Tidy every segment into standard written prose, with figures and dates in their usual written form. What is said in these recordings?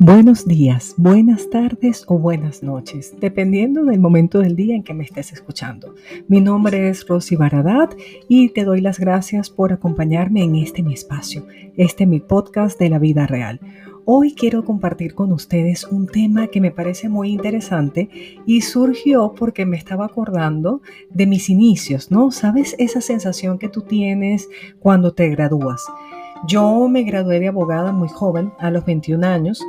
Buenos días, buenas tardes o buenas noches, dependiendo del momento del día en que me estés escuchando. Mi nombre es Rosy Baradat y te doy las gracias por acompañarme en mi espacio, mi podcast de la vida real. Hoy quiero compartir con ustedes un tema que me parece muy interesante y surgió porque me estaba acordando de mis inicios, ¿no? ¿Sabes esa sensación que tú tienes cuando te gradúas? Yo me gradué de abogada muy joven, a los 21 años,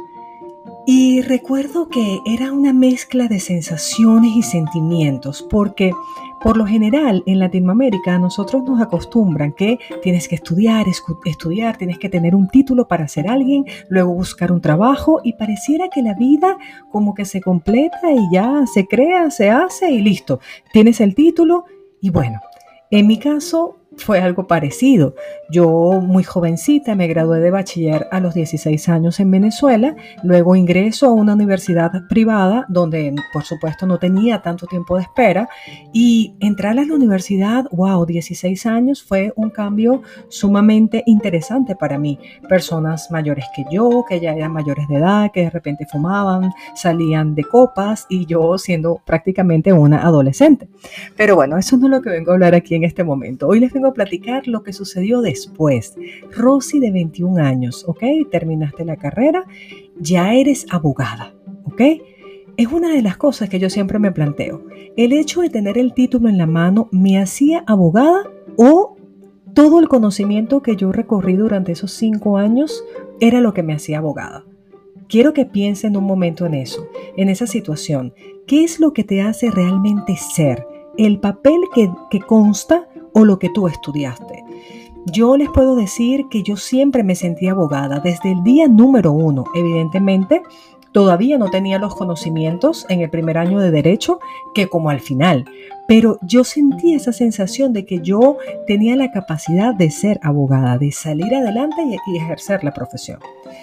y recuerdo que era una mezcla de sensaciones y sentimientos, porque por lo general en Latinoamérica a nosotros nos acostumbran que tienes que estudiar, tienes que tener un título para ser alguien, luego buscar un trabajo y pareciera que la vida como que se completa y ya se crea, se hace y listo. Tienes el título y bueno, en mi caso fue algo parecido. Yo muy jovencita me gradué de bachiller a los 16 años en Venezuela, luego ingreso a una universidad privada donde por supuesto no tenía tanto tiempo de espera y entrar a la universidad, wow, 16 años fue un cambio sumamente interesante para mí. Personas mayores que yo, que ya eran mayores de edad, que de repente fumaban, salían de copas y yo siendo prácticamente una adolescente. Pero bueno, eso no es lo que vengo a hablar aquí en este momento. Hoy les vengo a platicar lo que sucedió después. Rosy de 21 años, ¿ok? Terminaste la carrera, ya eres abogada, ¿ok? Es una de las cosas que yo siempre me planteo. ¿El hecho de tener el título en la mano me hacía abogada o todo el conocimiento que yo recorrí durante esos 5 años era lo que me hacía abogada? Quiero que piensen un momento en eso, en esa situación. ¿Qué es lo que te hace realmente ser? ¿El papel que consta o lo que tú estudiaste? Yo les puedo decir que yo siempre me sentí abogada desde el día número 1. Evidentemente, todavía no tenía los conocimientos en el primer año de derecho que como al final, pero yo sentí esa sensación de que yo tenía la capacidad de ser abogada, de salir adelante y ejercer la profesión.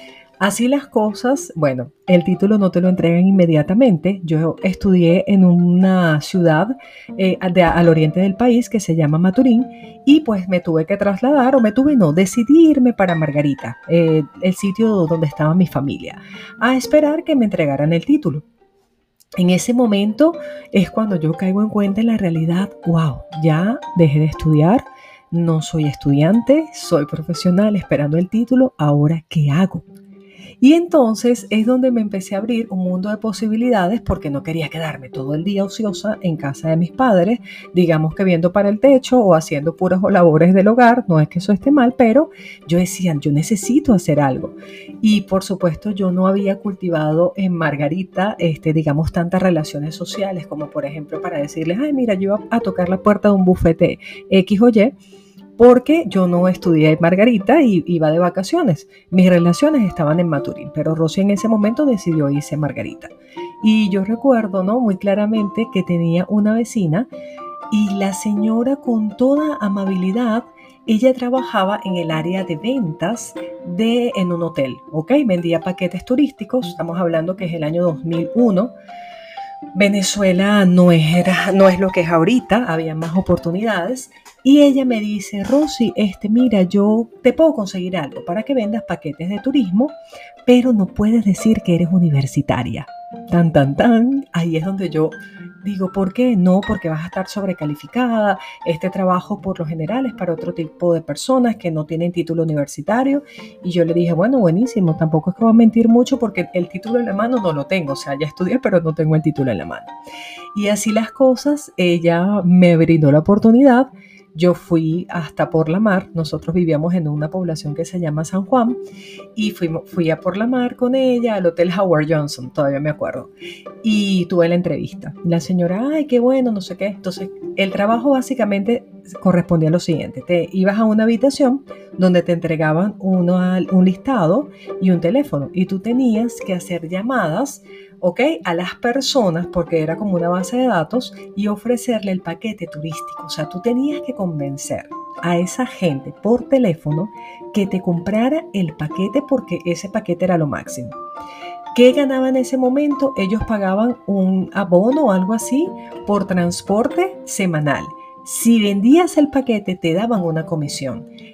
Así las cosas, bueno, el título no te lo entregan inmediatamente. Yo estudié en una ciudad al oriente del país que se llama Maturín y pues me tuve que trasladar, decidí irme para Margarita, el sitio donde estaba mi familia, a esperar que me entregaran el título. En ese momento es cuando yo caigo en cuenta en la realidad, wow, ya dejé de estudiar, no soy estudiante, soy profesional esperando el título, ¿ahora qué hago? Y entonces es donde me empecé a abrir un mundo de posibilidades porque no quería quedarme todo el día ociosa en casa de mis padres, digamos que viendo para el techo o haciendo puras labores del hogar. No es que eso esté mal, pero yo decía, yo necesito hacer algo. Y por supuesto yo no había cultivado en Margarita, digamos, tantas relaciones sociales como por ejemplo para decirles, ay, mira, yo iba a tocar la puerta de un bufete X o Y, porque yo no estudié en Margarita y iba de vacaciones. Mis relaciones estaban en Maturín, pero Rosy en ese momento decidió irse a Margarita. Y yo recuerdo, ¿no?, muy claramente que tenía una vecina y la señora con toda amabilidad, ella trabajaba en el área de ventas en un hotel, ¿ok? Vendía paquetes turísticos, estamos hablando que es el año 2001. Venezuela no es lo que es ahorita, había más oportunidades. Y ella me dice, Rosy, mira, yo te puedo conseguir algo para que vendas paquetes de turismo, pero no puedes decir que eres universitaria. Tan, tan, tan. Ahí es donde yo digo, ¿por qué? No, porque vas a estar sobrecalificada. Este trabajo por lo general es para otro tipo de personas que no tienen título universitario. Y yo le dije, bueno, buenísimo, tampoco es que voy a mentir mucho porque el título en la mano no lo tengo. O sea, ya estudié, pero no tengo el título en la mano. Y así las cosas, ella me brindó la oportunidad. Yo fui hasta Por la Mar, nosotros vivíamos en una población que se llama San Juan, y fui a Por la Mar con ella, al Hotel Howard Johnson, todavía me acuerdo, y tuve la entrevista. La señora, ay, qué bueno, no sé qué. Entonces, el trabajo básicamente correspondía a lo siguiente: te ibas a una habitación donde te entregaban un listado y un teléfono, y tú tenías que hacer llamadas, ¿ok?, a las personas, porque era como una base de datos, y ofrecerle el paquete turístico. O sea, tú tenías que convencer a esa gente por teléfono que te comprara el paquete porque ese paquete era lo máximo. ¿Qué ganaba en ese momento? Ellos pagaban un abono o algo así por transporte semanal. Si vendías el paquete, te daban una comisión.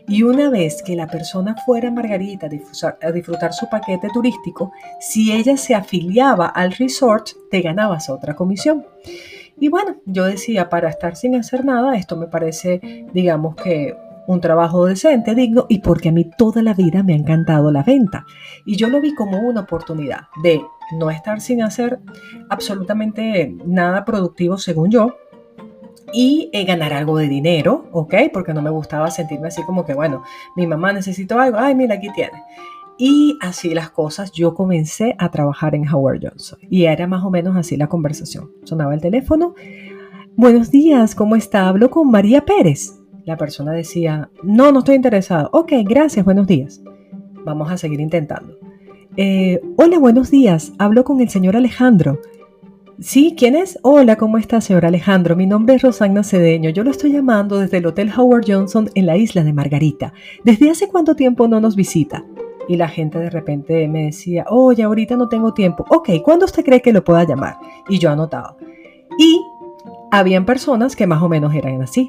Y una vez que la persona fuera a Margarita a disfrutar su paquete turístico, si ella se afiliaba al resort, te ganabas otra comisión. Y bueno, yo decía, para estar sin hacer nada, esto me parece, digamos que un trabajo decente, digno, y porque a mí toda la vida me ha encantado la venta. Y yo lo vi como una oportunidad de no estar sin hacer absolutamente nada productivo, según yo, y ganar algo de dinero, ¿ok? Porque no me gustaba sentirme así como que, bueno, mi mamá necesitó algo, ay, mira, aquí tiene. Y así las cosas, yo comencé a trabajar en Howard Johnson. Y era más o menos así la conversación. Sonaba el teléfono. Buenos días, ¿cómo está? Hablo con María Pérez. La persona decía, no estoy interesado. Ok, gracias, buenos días. Vamos a seguir intentando. Hola, buenos días. Hablo con el señor Alejandro. Sí, ¿quién es? Hola, ¿cómo está, señor Alejandro? Mi nombre es Rosagna Cedeño. Yo lo estoy llamando desde el Hotel Howard Johnson en la isla de Margarita. ¿Desde hace cuánto tiempo no nos visita? Y la gente de repente me decía, oye, ahorita no tengo tiempo. Ok, ¿cuándo usted cree que lo pueda llamar? Y yo anotaba. Y habían personas que más o menos eran así.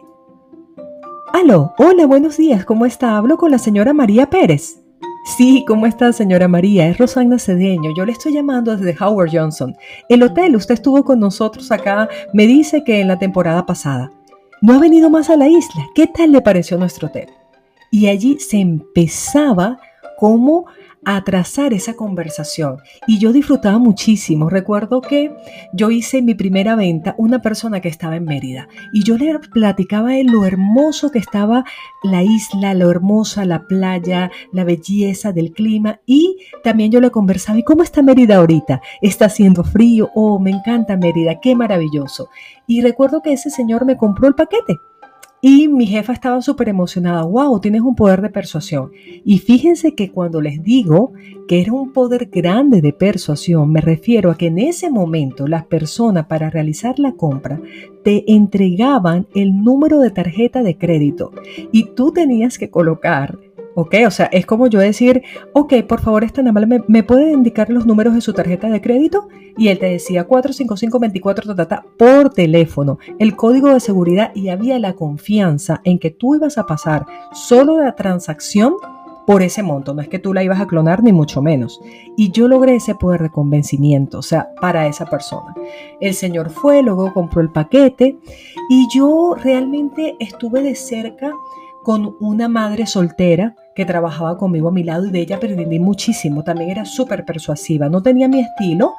Aló, hola, buenos días, ¿cómo está? Hablo con la señora María Pérez. Sí, ¿cómo está, señora María? Es Rosagna Cedeño. Yo le estoy llamando desde Howard Johnson. El hotel, usted estuvo con nosotros acá, me dice que en la temporada pasada. ¿No ha venido más a la isla? ¿Qué tal le pareció nuestro hotel? Y allí se empezaba como a trazar esa conversación y yo disfrutaba muchísimo. Recuerdo que yo hice mi primera venta una persona que estaba en Mérida y yo le platicaba a él lo hermoso que estaba la isla, lo hermosa la playa, la belleza del clima, y también yo le conversaba, ¿y cómo está Mérida ahorita? ¿Está haciendo frío? Oh, me encanta Mérida, qué maravilloso. Y recuerdo que ese señor me compró el paquete. Y mi jefa estaba súper emocionada. ¡Wow! Tienes un poder de persuasión. Y fíjense que cuando les digo que era un poder grande de persuasión, me refiero a que en ese momento las personas, para realizar la compra, te entregaban el número de tarjeta de crédito y tú tenías que colocar, ¿ok? O sea, es como yo decir, ok, por favor, es tan amable, ¿me puede indicar los números de su tarjeta de crédito? Y él te decía 45524 por teléfono, el código de seguridad, y había la confianza en que tú ibas a pasar solo la transacción por ese monto, no es que tú la ibas a clonar ni mucho menos. Y yo logré ese poder de convencimiento, o sea, para esa persona. El señor fue, luego compró el paquete y yo realmente estuve de cerca con una madre soltera que trabajaba conmigo a mi lado y de ella aprendí muchísimo. También era súper persuasiva, no tenía mi estilo.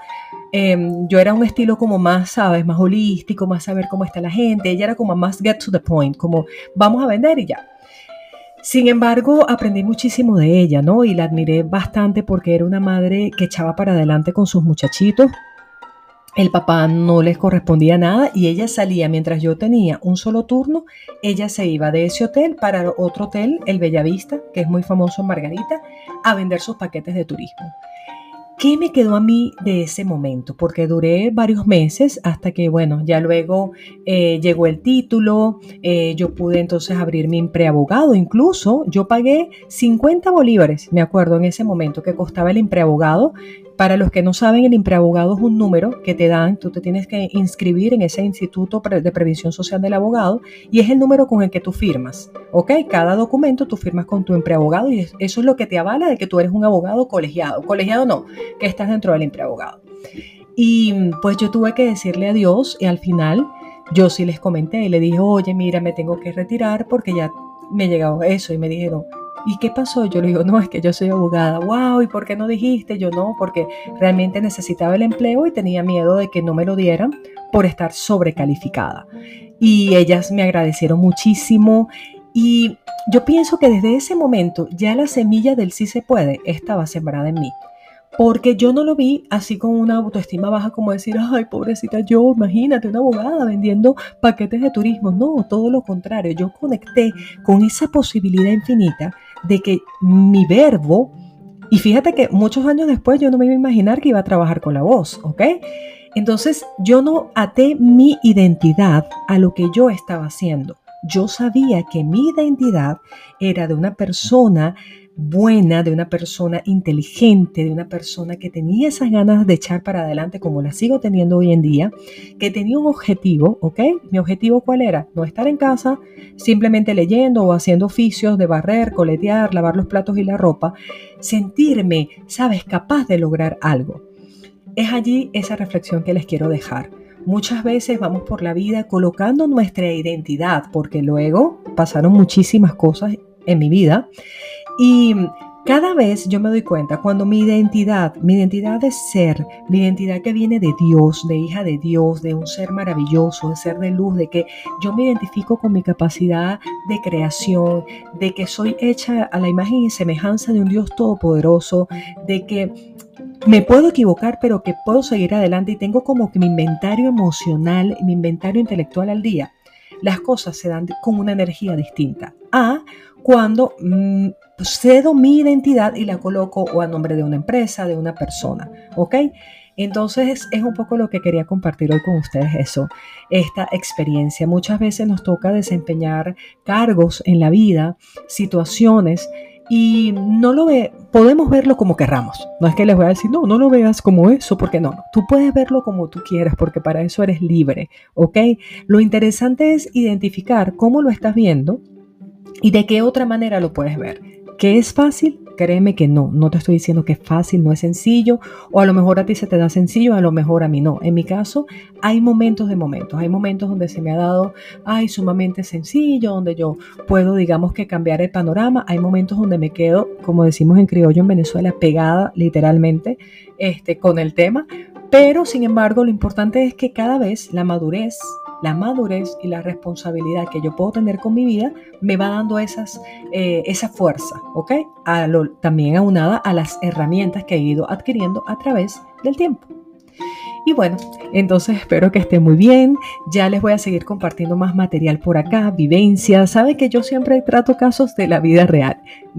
Yo era un estilo como más, ¿sabes? Más holístico, más saber cómo está la gente. Ella era como más get to the point, como vamos a vender y ya. Sin embargo, aprendí muchísimo de ella, ¿no? Y la admiré bastante porque era una madre que echaba para adelante con sus muchachitos. El papá no les correspondía nada y ella salía mientras yo tenía un solo turno. Ella se iba de ese hotel para otro hotel, el Bellavista, que es muy famoso en Margarita, a vender sus paquetes de turismo. ¿Qué me quedó a mí de ese momento? Porque duré varios meses hasta que, bueno, ya luego llegó el título, yo pude entonces abrir mi preabogado. Incluso yo pagué 50 bolívares, me acuerdo en ese momento, que costaba el preabogado. Para los que no saben, el impreabogado es un número que te dan, tú te tienes que inscribir en ese Instituto de Previsión Social del Abogado y es el número con el que tú firmas, ¿ok? Cada documento tú firmas con tu impreabogado y eso es lo que te avala de que tú eres un abogado colegiado. Colegiado no, que estás dentro del impreabogado. Y pues yo tuve que decirle adiós y al final yo sí les comenté y le dije, oye, mira, me tengo que retirar porque ya me llegó eso y me dijeron, ¿y qué pasó? Yo le digo, no, es que yo soy abogada. Wow, ¿y por qué no dijiste? Yo no, porque realmente necesitaba el empleo y tenía miedo de que no me lo dieran por estar sobrecalificada. Y ellas me agradecieron muchísimo y yo pienso que desde ese momento ya la semilla del sí se puede estaba sembrada en mí. Porque yo no lo vi así con una autoestima baja como decir, ay, pobrecita yo, imagínate una abogada vendiendo paquetes de turismo. No, todo lo contrario, yo conecté con esa posibilidad infinita de que mi verbo, y fíjate que muchos años después yo no me iba a imaginar que iba a trabajar con la voz, ¿ok? Entonces yo no até mi identidad a lo que yo estaba haciendo. yo sabía que mi identidad era de una persona buena, de una persona inteligente, de una persona que tenía esas ganas de echar para adelante como la sigo teniendo hoy en día, que tenía un objetivo, ¿ok? Mi objetivo ¿cuál era? No estar en casa simplemente leyendo o haciendo oficios de barrer, coletear, lavar los platos y la ropa, sentirme, sabes, capaz de lograr algo. Es allí esa reflexión que les quiero dejar. Muchas veces vamos por la vida colocando nuestra identidad, porque luego pasaron muchísimas cosas en mi vida y cada vez yo me doy cuenta cuando mi identidad de ser, mi identidad que viene de Dios, de hija de Dios, de un ser maravilloso, de ser de luz, de que yo me identifico con mi capacidad de creación, de que soy hecha a la imagen y semejanza de un Dios todopoderoso, de que me puedo equivocar, pero que puedo seguir adelante y tengo como que mi inventario emocional, mi inventario intelectual al día. Las cosas se dan con una energía distinta a cuando cedo mi identidad y la coloco o a nombre de una empresa, de una persona, ¿ok? Entonces es un poco lo que quería compartir hoy con ustedes eso, esta experiencia. Muchas veces nos toca desempeñar cargos en la vida, situaciones, y podemos verlo como querramos. No es que les voy a decir, no lo veas como eso, porque no. Tú puedes verlo como tú quieras, porque para eso eres libre, ¿ok? Lo interesante es identificar cómo lo estás viendo y de qué otra manera lo puedes ver. ¿Qué es fácil? Créeme que no te estoy diciendo que es fácil, no es sencillo, o a lo mejor a ti se te da sencillo, a lo mejor a mí no. En mi caso, hay momentos de momentos, hay momentos donde se me ha dado, sumamente sencillo, donde yo puedo, digamos que cambiar el panorama, hay momentos donde me quedo, como decimos en criollo en Venezuela, pegada literalmente con el tema, pero sin embargo lo importante es que cada vez la madurez y la responsabilidad que yo puedo tener con mi vida me va dando esa fuerza, ¿ok? También aunada a las herramientas que he ido adquiriendo a través del tiempo. Y bueno, entonces espero que estén muy bien. Ya les voy a seguir compartiendo más material por acá, vivencias. Saben que yo siempre trato casos de la vida real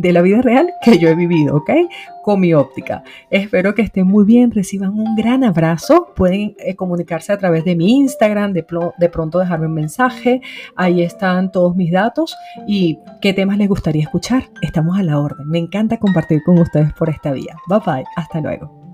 que yo he vivido, ¿ok? Con mi óptica. Espero que estén muy bien, reciban un gran abrazo. Pueden comunicarse a través de mi Instagram, de pronto dejarme un mensaje. Ahí están todos mis datos y qué temas les gustaría escuchar. Estamos a la orden. Me encanta compartir con ustedes por esta vía. Bye bye, hasta luego.